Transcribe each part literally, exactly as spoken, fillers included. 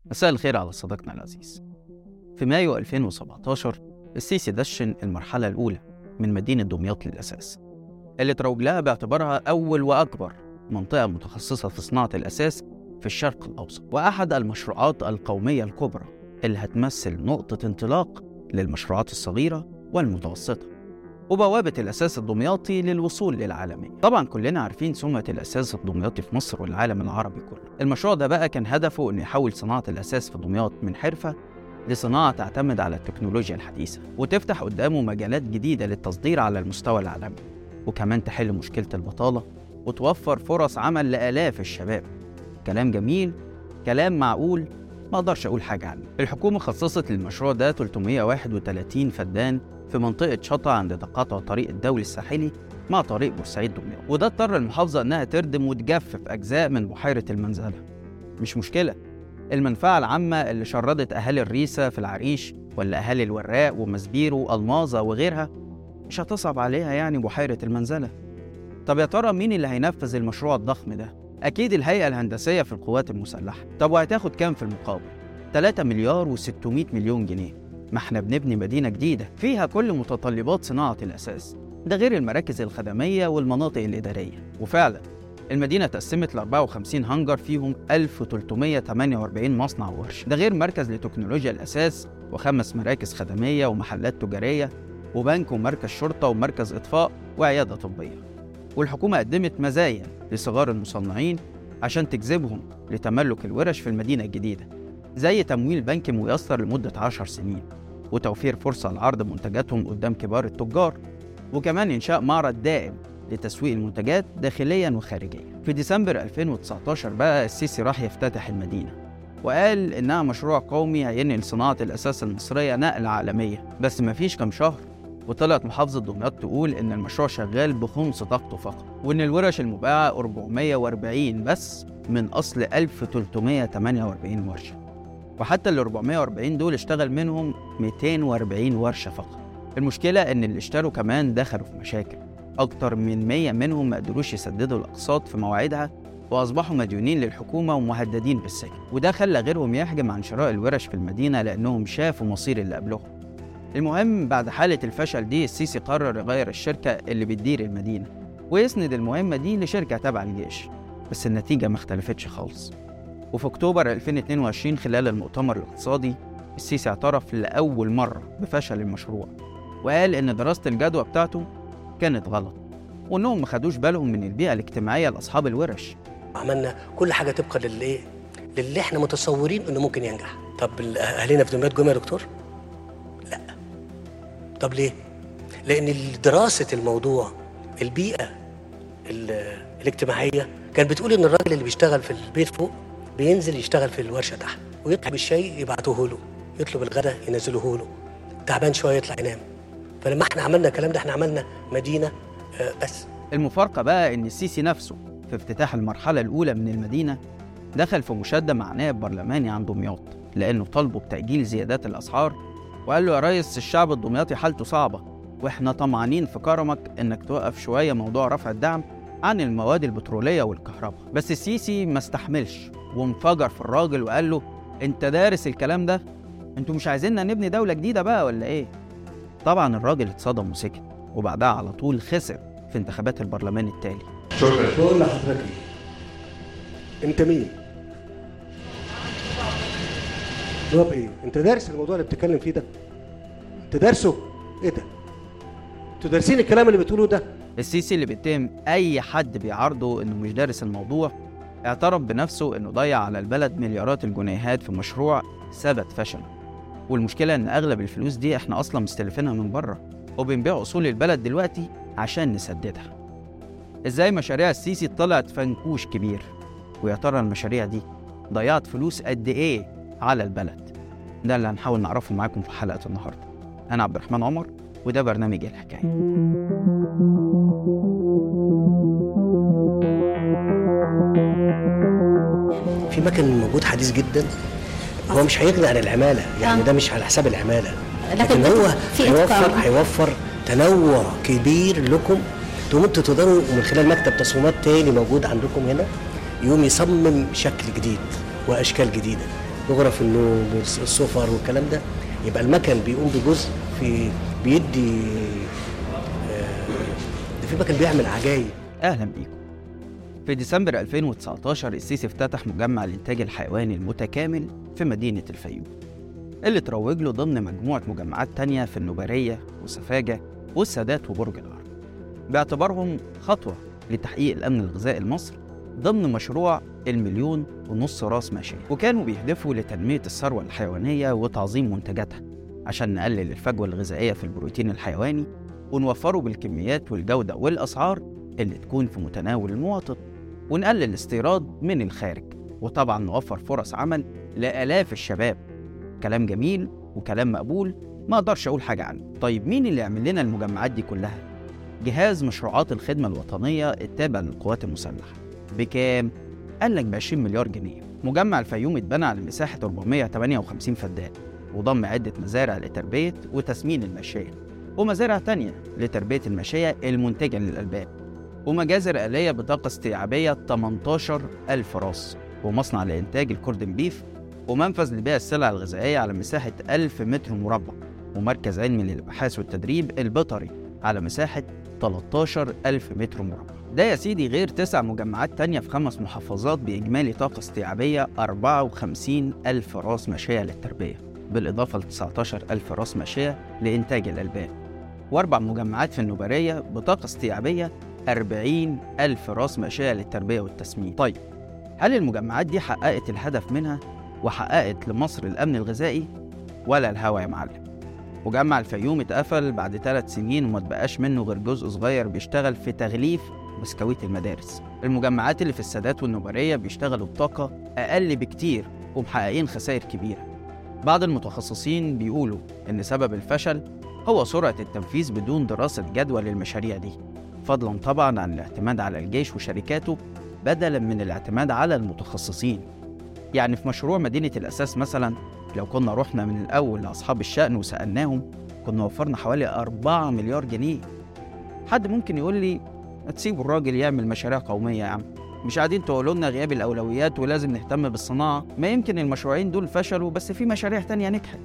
مساء الخير على صديقنا العزيز. في مايو ألفين وسبعتاشر السيسي دشن المرحلة الأولى من مدينة دمياط للأساس، اللي تروج لها باعتبارها أول وأكبر منطقة متخصصة في صناعة الأساس في الشرق الأوسط، وأحد المشروعات القومية الكبرى اللي هتمثل نقطة انطلاق للمشروعات الصغيرة والمتوسطة وبوابة الأساس الدمياطي للوصول للعالمية. طبعا كلنا عارفين سمعة الأساس الدمياطي في مصر والعالم العربي كله. المشروع ده بقى كان هدفه إنه يحول صناعة الأساس في دمياط من حرفة لصناعة تعتمد على التكنولوجيا الحديثة، وتفتح قدامه مجالات جديدة للتصدير على المستوى العالمي، وكمان تحل مشكلة البطالة وتوفر فرص عمل لآلاف الشباب. كلام جميل، كلام معقول، ما أقدرش أقول حاجة عنه. الحكومة خصصت للمشروع ده ثلاثمائة وواحد وثلاثين فدان في منطقة شطا عند تقاطع طريق الدولي الساحلي مع طريق بورسعيد دمياط، وده اضطر المحافظة إنها تردم وتجفف أجزاء من بحيرة المنزلة. مش مشكلة، المنفعة العامة اللي شردت أهالي الريسة في العريش ولا أهالي الوراق ومسبيرو والماظة وغيرها مش هتصعب عليها يعني بحيرة المنزلة. طب يا ترى مين اللي هينفذ المشروع الضخم ده؟ أكيد الهيئة الهندسية في القوات المسلحة. طب وهتاخد كام في المقابل؟ ثلاثة مليار وستمائة مليون جنيه. ما احنا بنبني مدينة جديدة فيها كل متطلبات صناعة الأساس، ده غير المراكز الخدمية والمناطق الإدارية. وفعلا المدينة تقسمت ل أربعة وخمسين هنجر فيهم ألف وثلاثمائة وثمانية وأربعين مصنع وورشة، ده غير مركز لتكنولوجيا الأساس وخمس مراكز خدمية ومحلات تجارية وبنك ومركز شرطة ومركز إطفاء وعيادة طبية. والحكومة قدمت مزايا لصغار المصنعين عشان تجذبهم لتملك الورش في المدينة الجديدة، زي تمويل بنكي ميسر لمدة عشر سنين وتوفير فرصة لعرض منتجاتهم قدام كبار التجار، وكمان إنشاء معرض دائم لتسويق المنتجات داخلياً وخارجياً. في ديسمبر ألفين وتسعتاشر بقى السيسي راح يفتتح المدينة وقال إنها مشروع قومي هينقل صناعة الأساس المصرية نقلة عالمية. بس مفيش كام شهر وطلعت محافظة دمياط تقول إن المشروع شغال بخمس طاقته فقط، وإن الورش المباعة أربعمائة وأربعين بس من أصل ألف وثلاثمائة وثمانية وأربعين ورشة، وحتى ال أربعمائة وأربعين دول اشتغل منهم مئتين وأربعين ورشة فقط. المشكلة إن اللي اشتروا كمان دخلوا في مشاكل، أكتر من مية منهم ما قدروش يسددوا الأقساط في مواعيدها وأصبحوا مديونين للحكومة ومهددين بالسجن، وده خلى غيرهم يحجم عن شراء الورش في المدينة لأنهم شافوا مصير اللي قبلهم. المهم بعد حالة الفشل دي السيسي قرر يغير الشركة اللي بتدير المدينة ويسند المهمة دي لشركة تابعة للجيش، بس النتيجة ما اختلفتش خالص. وفي أكتوبر ألفين واثنين وعشرين خلال المؤتمر الاقتصادي السيسي اعترف لأول مرة بفشل المشروع، وقال إن دراسة الجدوى بتاعته كانت غلط وإنهم ما خدوش بالهم من البيئة الاجتماعية لأصحاب الورش. عملنا كل حاجة طبقا للإيه؟ للي إحنا متصورين إنه ممكن ينجح. طب أهلنا في دمياط جم يا دكتور؟ لا. طب ليه؟ لأن دراسة الموضوع البيئة الاجتماعية كانت بتقول إن الراجل اللي بيشتغل في البيت فوق بينزل يشتغل في الورشة تحت، ويطلب الشاي يبعتوه له، يطلب الغداء ينزلوه له، تعبان شوية يطلع ينام. فلما احنا عملنا الكلام ده احنا عملنا مدينة آه بس. المفارقة بقى إن السيسي نفسه في افتتاح المرحلة الأولى من المدينة دخل في مشادة مع نائب برلماني عن دمياط لأنه طالبه بتأجيل زيادات الأسعار، وقال له يا ريس الشعب الدمياطي حالته صعبة وإحنا طمعانين في كرمك إنك توقف شوية موضوع رفع الدعم عن المواد البترولية والكهرباء. بس السيسي ما استحملش وانفجر في الراجل وقال له انت دارس الكلام ده؟ انتوا مش عايزيننا نبني دولة جديدة بقى ولا ايه؟ طبعا الراجل اتصدم وسكت، وبعدها على طول خسر في انتخابات البرلمان التالي. شكرا. بقول لحضرتك انت مين؟ جواب ايه؟ انت دارس الموضوع اللي بتتكلم فيه ده؟ انت دارسه؟ ايه ده؟ انتوا دارسين الكلام اللي بتقولوه ده؟ السيسي اللي بيتهم اي حد بيعارضه انه مش دارس الموضوع اعترف بنفسه انه ضيع على البلد مليارات الجنيهات في مشروع ثبت فشله، والمشكله ان اغلب الفلوس دي احنا اصلا مستلفينها من بره وبنبيع اصول البلد دلوقتي عشان نسددها. ازاي مشاريع السيسي طلعت فنكوش كبير؟ ويا ترى المشاريع دي ضيعت فلوس قد ايه على البلد؟ ده اللي هنحاول نعرفه معاكم في حلقه النهارده. انا عبد الرحمن عمر وده برنامج الحكايه. في مكان موجود حديث جدا هو مش هيغني عن العماله، يعني ده مش على حساب العماله، لكن هو هيوفر هيوفر تنوع كبير لكم تقوموا انتوا تقدروا من خلال مكتب تصميمات تاني موجود عندكم هنا يقوم يصمم شكل جديد واشكال جديده بغرف النوم والسفر والكلام ده، يبقى المكن بيقوم بجزء في بيدي ده، في مكن بيعمل عجايب. أهلا بيكم. في ديسمبر ألفين وتسعتاشر السيسي افتتح مجمع الإنتاج الحيواني المتكامل في مدينة الفيوم، اللي تروج له ضمن مجموعة مجمعات تانية في النوبارية وسفاجة والسادات وبرج العرب، باعتبارهم خطوة لتحقيق الأمن الغذائي لمصر ضمن مشروع المليون ونص راس ماشية. وكانوا بيهدفوا لتنمية الثروة الحيوانية وتعظيم منتجاتها عشان نقلل الفجوة الغذائية في البروتين الحيواني ونوفره بالكميات والجودة والأسعار اللي تكون في متناول المواطن، ونقلل الاستيراد من الخارج، وطبعا نوفر فرص عمل لآلاف الشباب. كلام جميل وكلام مقبول، ما أقدرش أقول حاجة عنه. طيب مين اللي يعمل لنا المجمعات دي كلها؟ جهاز مشروعات الخدمة الوطنية التابع للقوات المسلحة. بكام؟ قال لك ب عشرين مليار جنيه. مجمع الفيوم اتبنى على مساحة أربعمائة وثمانية وخمسين فدان، وضم عدة مزارع لتربية وتسمين الماشية، ومزارع تانية لتربية الماشية المنتجة للألبان، ومجازر آلية بطاقة استيعابية ثمانية عشر ألف راس، ومصنع لإنتاج الكوردن بيف، ومنفذ لبيع السلع الغذائية على مساحة ألف متر مربع، ومركز علمي للأبحاث والتدريب البيطري على مساحة ثلاثة عشر ألف متر مربع. ده يا سيدي غير تسع مجمعات تانية في خمس محافظات بإجمالي طاقة استيعابية أربعة وخمسين ألف راس ماشية للتربية، بالإضافة ل تسعة عشر ألف راس ماشية لإنتاج الألبان، وأربع مجمعات في النوبارية بطاقة استيعابية أربعين ألف راس ماشية للتربية والتسمين. طيب هل المجمعات دي حققت الهدف منها وحققت لمصر الأمن الغذائي ولا الهوى يا معلم؟ مجمع الفيوم اتقفل بعد ثلاث سنين وما تبقاش منه غير جزء صغير بيشتغل في تغليف بسكويت المدارس. المجمعات اللي في السادات والنوبارية بيشتغلوا بطاقة أقل بكتير ومحققين خسائر كبيرة. بعض المتخصصين بيقولوا إن سبب الفشل هو سرعة التنفيذ بدون دراسة جدوى للمشاريع دي، فضلاً طبعاً عن الاعتماد على الجيش وشركاته بدلاً من الاعتماد على المتخصصين. يعني في مشروع مدينة الأساس مثلاً، لو كنا رحنا من الأول لأصحاب الشأن وسألناهم كنا وفرنا حوالي أربعة مليار جنيه. حد ممكن يقول لي تسيبوا الراجل يعمل مشاريع قومية يا عم، مش قاعدين تقولوا لنا غياب الأولويات ولازم نهتم بالصناعة، ما يمكن المشروعين دول فشلوا بس في مشاريع تانية نجحت.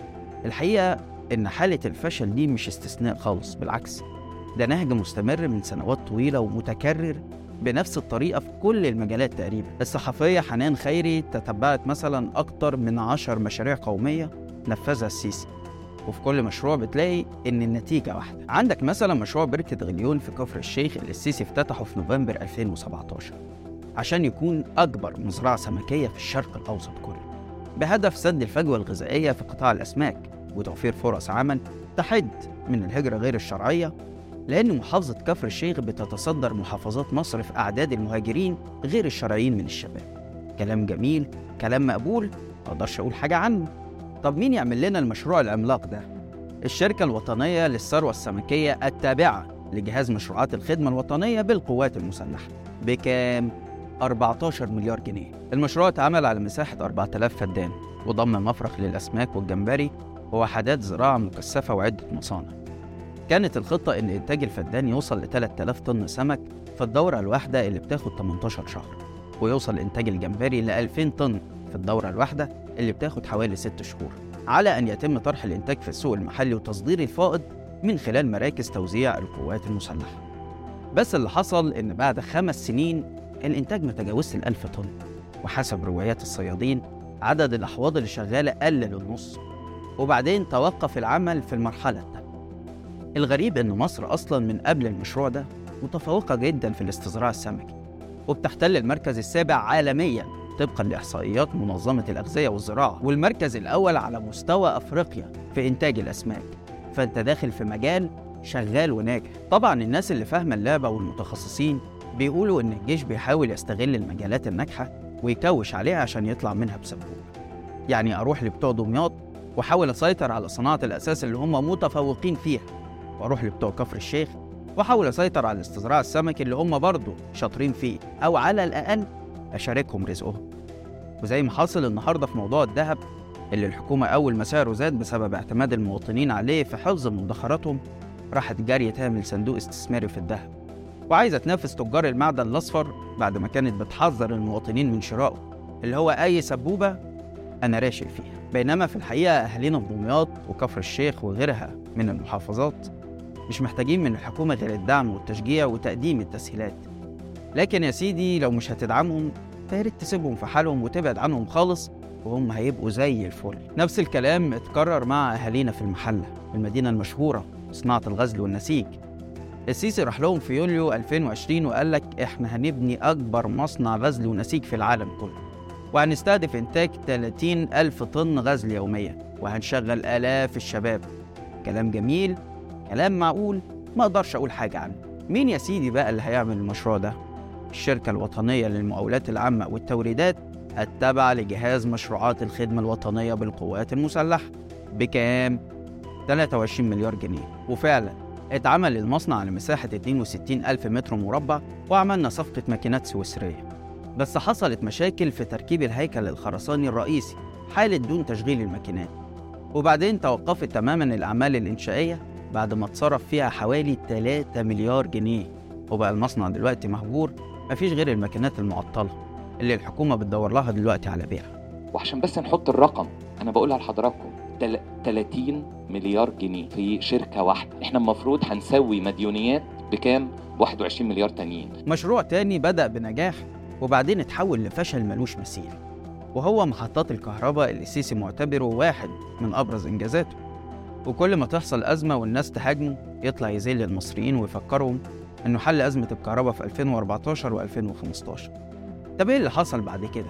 الحقيقة إن حالة الفشل دي مش استثناء خالص، بالعكس ده نهج مستمر من سنوات طويلة ومتكرر بنفس الطريقة في كل المجالات تقريبا. الصحفية حنان خيري تتبعت مثلا أكتر من عشر مشاريع قومية نفذها السيسي، وفي كل مشروع بتلاقي إن النتيجة واحدة. عندك مثلا مشروع بركة غليون في كفر الشيخ اللي السيسي افتتحه في نوفمبر ألفين وسبعتاشر عشان يكون أكبر مزرعة سمكية في الشرق الأوسط كله، بهدف سد الفجوة الغذائية في قطاع الأسماك وتوفير فرص عمل تحد من الهجرة غير الشرعية، لأن محافظة كفر الشيخ بتتصدر محافظات مصر في أعداد المهاجرين غير الشرعيين من الشباب. كلام جميل، كلام مقبول، مقدرش أقول حاجة عنه. طب مين يعمل لنا المشروع العملاق ده؟ الشركة الوطنية للثروة السمكية التابعة لجهاز مشروعات الخدمة الوطنية بالقوات المسلحة. بكام؟ أربعة عشر مليار جنيه. المشروع اتعمل على مساحة أربعة آلاف فدان، وضم مفرخ للأسماك والجمبري ووحدات زراعة مكثفة وعدة مصانع. كانت الخطة إن إنتاج الفدان يوصل ل ثلاثة آلاف طن سمك في الدورة الواحدة اللي بتاخد ثمانية عشر شهر، ويوصل إنتاج الجمبري ل ألفين طن في الدورة الواحدة اللي بتاخد حوالي ست شهور، على أن يتم طرح الإنتاج في السوق المحلي وتصدير الفائض من خلال مراكز توزيع القوات المسلحة. بس اللي حصل إن بعد خمس سنين الإنتاج ما تجاوزش الألف طن، وحسب روايات الصيادين عدد الأحواض اللي شغالة قل للنص، وبعدين توقف العمل في المرحلة الثانية. الغريب إن مصر أصلاً من قبل المشروع ده متفوقة جداً في الاستزراع السمكي، وبتحتل المركز السابع عالمياً طبقاً لإحصائيات منظمة الأغذية والزراعة، والمركز الأول على مستوى أفريقيا في إنتاج الأسماك. فأنت داخل في مجال شغال وناجح. طبعاً الناس اللي فاهمة اللعبة والمتخصصين بيقولوا إن الجيش بيحاول يستغل المجالات الناجحة ويكوش عليها عشان يطلع منها بسبوبة. يعني أروح لبتوع دمياط وحاول أسيطر على صناعة الأساس اللي هم متفوقين فيها، وأروح لبتوع كفر الشيخ وحاول أسيطر على الاستزراع السمكي اللي هم برضو شاطرين فيه، أو على الأقل أشاركهم رزقهم. وزي ما حصل النهاردة في موضوع الذهب اللي الحكومة أول ما سعره زاد بسبب اعتماد المواطنين عليه في حفظ مدخراتهم، راحت جارية تعمل صندوق استثماري في الذهب، وعايزة تنافس تجار المعدن الأصفر بعد ما كانت بتحذر المواطنين من شرائه، اللي هو أي سبوبة أنا راشد فيها. بينما في الحقيقة أهالينا في دمياط وكفر الشيخ وغيرها من المحافظات مش محتاجين من الحكومة غير الدعم والتشجيع وتقديم التسهيلات. لكن يا سيدي لو مش هتدعمهم فياريت تسيبهم في حالهم وتبعد عنهم خالص وهم هيبقوا زي الفل. نفس الكلام اتكرر مع أهالينا في المحلة، المدينة المشهورة بصناعة الغزل والنسيج. السيسي راح لهم في يوليو ألفين وعشرين وقال لك احنا هنبني أكبر مصنع غزل ونسيج في العالم كله، وهنستهدف إنتاج ثلاثين ألف طن غزل يوميا، وهنشغل آلاف الشباب. كلام جميل، كلام معقول، ما أقدرش أقول حاجة عنه. مين يا سيدي بقى اللي هيعمل المشروع ده؟ الشركة الوطنية للمقاولات العامة والتوريدات التابعة لجهاز مشروعات الخدمة الوطنية بالقوات المسلحة. بكام؟ ثلاثة وعشرين مليار جنيه. وفعلا اتعمل المصنع على مساحة اثنين وستين ألف متر مربع، وعملنا صفقة ماكينات سويسرية. بس حصلت مشاكل في تركيب الهيكل الخرساني الرئيسي حالة دون تشغيل الماكينات، وبعدين توقفت تماما الأعمال الإنشائية بعد ما اتصرف فيها حوالي ثلاثة مليار جنيه. وبقى المصنع دلوقتي مهجور، مفيش غير الماكينات المعطلة اللي الحكومة بتدور لها دلوقتي على بيعها. وعشان بس نحط الرقم أنا بقولها لحضراتكم، ثلاثين مليار جنيه في شركة واحدة. احنا المفروض هنسوي مديونيات بكام؟ واحد وعشرين مليار تانيين. مشروع تاني بدأ بنجاح وبعدين اتحول لفشل ملوش مثيل، وهو محطات الكهرباء اللي السيسي معتبره واحد من أبرز إنجازاته. وكل ما تحصل أزمة والناس تهاجمه يطلع يذل المصريين ويفكرهم إنه حل أزمة الكهرباء في ألفين وأربعتاشر وألفين وخمستاشر. طب إيه اللي حصل بعد كده؟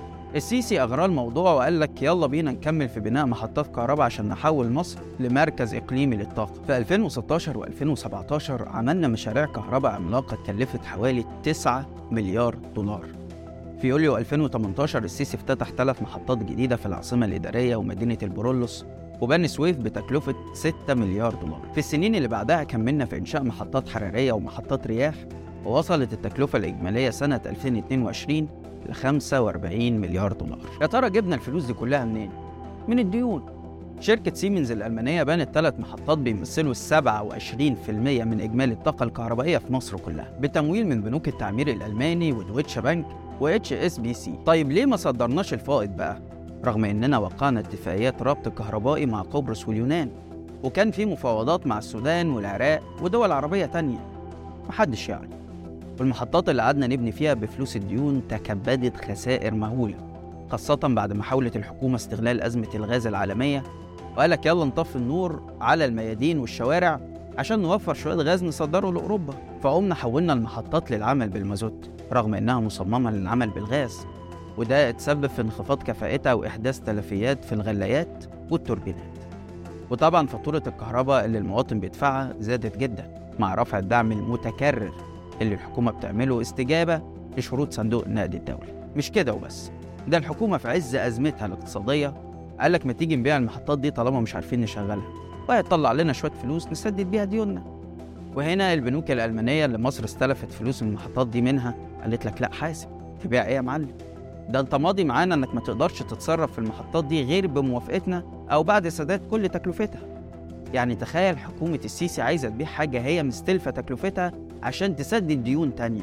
السيسي أغرى الموضوع وقال لك يلا بينا نكمل في بناء محطات كهرباء عشان نحول مصر لمركز إقليمي للطاقة. في ألفين وستاشر وألفين وسبعتاشر عملنا مشاريع كهرباء عملاقة كلفت حوالي تسعة مليار دولار. في يوليو ألفين وتمنتاشر السيسي افتتح ثلاث محطات جديدة في العاصمة الإدارية ومدينة البرولوس وبني سويف بتكلفة ستة مليار دولار. في السنين اللي بعدها كملنا في إنشاء محطات حرارية ومحطات رياح، ووصلت التكلفة الإجمالية سنة ألفين واثنين وعشرين ل خمسة وأربعين مليار دولار. يا ترى جبنا الفلوس دي كلها منين؟ من الديون. شركة سيمنز الألمانية بنت ثلاث محطات بيمثلوا سبعة وعشرين بالمئة من إجمالي الطاقة الكهربائية في مصر كلها، بتمويل من بنوك التعمير الألماني ودويتش بانك واتش اس بي سي. طيب ليه ما صدرناش الفائض بقى؟ رغم إننا وقعنا اتفاقيات ربط كهربائي مع قبرص واليونان، وكان في مفاوضات مع السودان والعراق ودول عربية تانية، محدش يعني. والمحطات اللي قعدنا نبني فيها بفلوس الديون تكبدت خسائر مهولة، خاصة بعد محاولة الحكومة استغلال أزمة الغاز العالمية وقالك يلا نطفي النور على الميادين والشوارع عشان نوفر شوية غاز نصدره لأوروبا. فقمنا حولنا المحطات للعمل بالمازوت رغم إنها مصممة للعمل بالغاز، وده اتسبب في انخفاض كفاءتها وإحداث تلفيات في الغلايات والتوربينات. وطبعا فاتورة الكهرباء اللي المواطن بيدفعها زادت جدا مع رفع الدعم المتكرر اللي الحكومة بتعمله استجابة لشروط صندوق النقد الدولي. مش كده وبس، ده الحكومة في عز أزمتها الاقتصادية قالك ما تيجي نبيع المحطات دي طالما مش عارفين نشغلها، وهيطلع لنا شوية فلوس نسدد بيها ديوننا. وهنا البنوك الألمانية اللي مصر استلفت فلوس من المحطات دي منها قالت لك لا حاسب، تبيع ايه يا معلم؟ ده انت ماضي معانا انك ما تقدرش تتصرف في المحطات دي غير بموافقتنا او بعد سداد كل تكلفتها. يعني تخيل حكومة السيسي عايزة تبيع حاجة هي مستلفة تكلفتها عشان تسدد ديون تانية.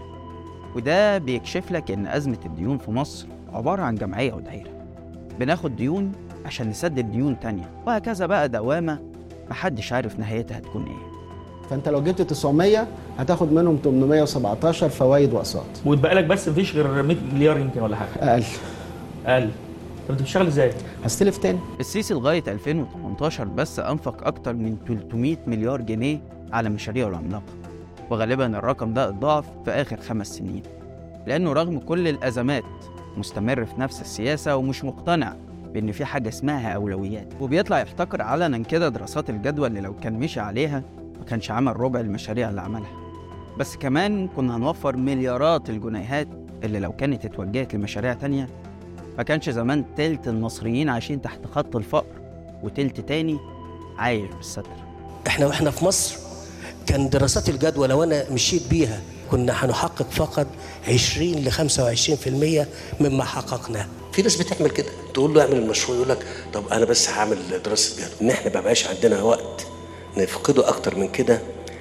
وده بيكشف لك ان أزمة الديون في مصر عبارة عن جمعية ودايرة، بناخد ديون عشان نسدد ديون تانية، وهكذا بقى دوامة محدش عارف نهايتها هتكون ايه. فانت لو جبت تسعمية هتاخد منهم ثمانمية وسبعتاشر فوائد واقساط، وتبقى لك بس مفيش غير مية مليار يمكن ولا حاجه اقل اقل. طب انت بتشتغل ازاي؟ هستلف تاني. السيسي لغايه ألفين وتمنتاشر بس انفق اكتر من ثلاثمية مليار جنيه على مشاريعه العملاقه، وغالبا الرقم ده اتضاعف في اخر خمس سنين، لانه رغم كل الازمات مستمر في نفس السياسه ومش مقتنع بان في حاجه اسمها اولويات، وبيطلع يحتكر علنا كده دراسات الجدوى اللي لو كان مشي عليها ما كانش عمل ربع المشاريع اللي عملها. بس كمان كنا هنوفر مليارات الجنيهات اللي لو كانت اتوجهت لمشاريع تانية ما كانش زمان تلت المصريين عايشين تحت خط الفقر وتلت تاني عايش بالستر. احنا واحنا في مصر كان دراسات الجدوى لو انا مشيت بيها كنا هنحقق فقط عشرين لخمسة وعشرين بالمية مما حققناه. في ناس بتعمل كده، تقول له اعمل المشروع يقول لك طب انا بس هعمل دراسه جدوى. ان احنا ما بقاش عندنا وقت نفقده اكتر من كده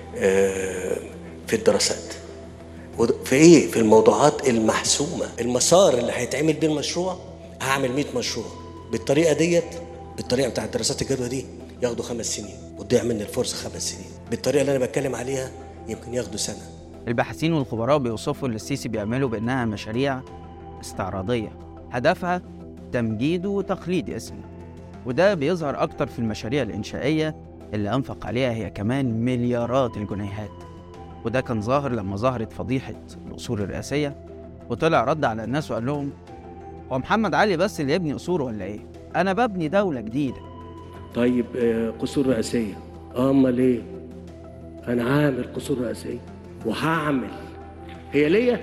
في الدراسات. في ايه؟ في الموضوعات المحسومه. المسار اللي هيتعمل بيه المشروع هعمل مية مشروع بالطريقه ديت، بالطريقه بتاعت دراسات الجدوى دي ياخدوا خمس سنين وتضيع مني الفرصه خمس سنين. بالطريقه اللي انا بتكلم عليها يمكن ياخدوا سنه. الباحثين والخبراء بيوصفوا اللي السيسي بيعملوا بانها مشاريع استعراضيه هدفها تمجيد وتقليد اسمه، وده بيظهر اكتر في المشاريع الانشائيه اللي انفق عليها هي كمان مليارات الجنيهات. وده كان ظاهر لما ظهرت فضيحه القصور الرئاسيه وطلع رد على الناس وقال لهم هو محمد علي بس اللي يبني قصور ولا ايه؟ انا ببني دوله جديده. طيب قصور رئاسيه، امال ايه؟ انا عامل قصور رئاسيه وهعمل، هي ليا؟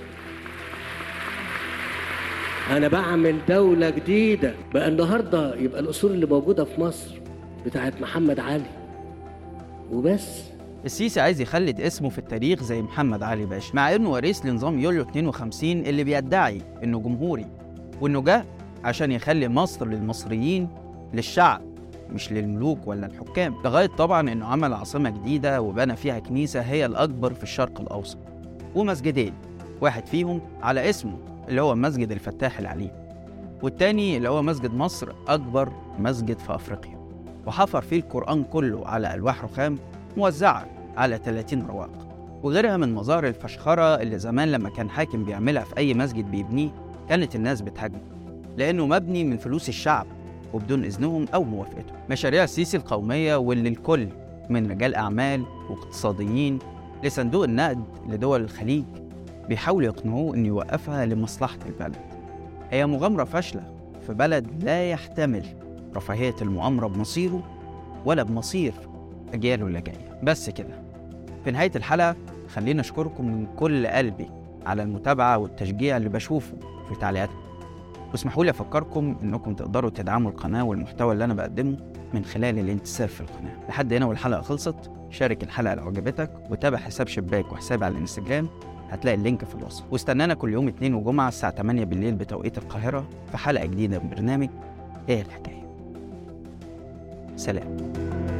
انا بعمل دوله جديده. بقى النهارده يبقى القصور اللي موجوده في مصر بتاعت محمد علي وبس. السيسي عايز يخلد اسمه في التاريخ زي محمد علي باشا، مع انه وريث لنظام يوليو اتنين وخمسين اللي بيدعي انه جمهوري، وانه جه عشان يخلي مصر للمصريين، للشعب مش للملوك ولا الحكام. لغايه طبعا انه عمل عاصمه جديده وبنى فيها كنيسه هي الاكبر في الشرق الاوسط، ومسجدين، واحد فيهم على اسمه اللي هو مسجد الفتاح العليم، والتاني اللي هو مسجد مصر اكبر مسجد في افريقيا، وحفر فيه القرآن كله على ألواح رخام موزعة على ثلاثين رواق، وغيرها من مظاهر الفشخرة اللي زمان لما كان حاكم بيعملها في أي مسجد بيبنيه كانت الناس بتهاجمه، لأنه مبني من فلوس الشعب وبدون إذنهم أو موافقتهم. مشاريع السيسي القومية واللي الكل من رجال أعمال واقتصاديين لصندوق النقد لدول الخليج بيحاولوا يقنعوه إنه يوقفها لمصلحة البلد. هي مغامرة فاشلة في بلد لا يحتمل رفاهية المؤامرة بمصيره ولا بمصير أجياله اللي جاية. بس كده، في نهاية الحلقة خلينا أشكركم من كل قلبي على المتابعة والتشجيع اللي بشوفه في تعليقاتكم، واسمحوا لي أفكركم إنكم تقدروا تدعموا القناة والمحتوى اللي أنا بقدمه من خلال الانتساب في القناة. لحد هنا والحلقة خلصت، شارك الحلقة لو عجبتك وتابع حساب شباك وحسابي على الانستجرام، هتلاقي اللينك في الوصف. واستنانا كل يوم اثنين وجمعة الساعة تمانية بالليل بتوقيت القاهرة في حلقة جديدة من برنامج ايه الحكاية. سلام.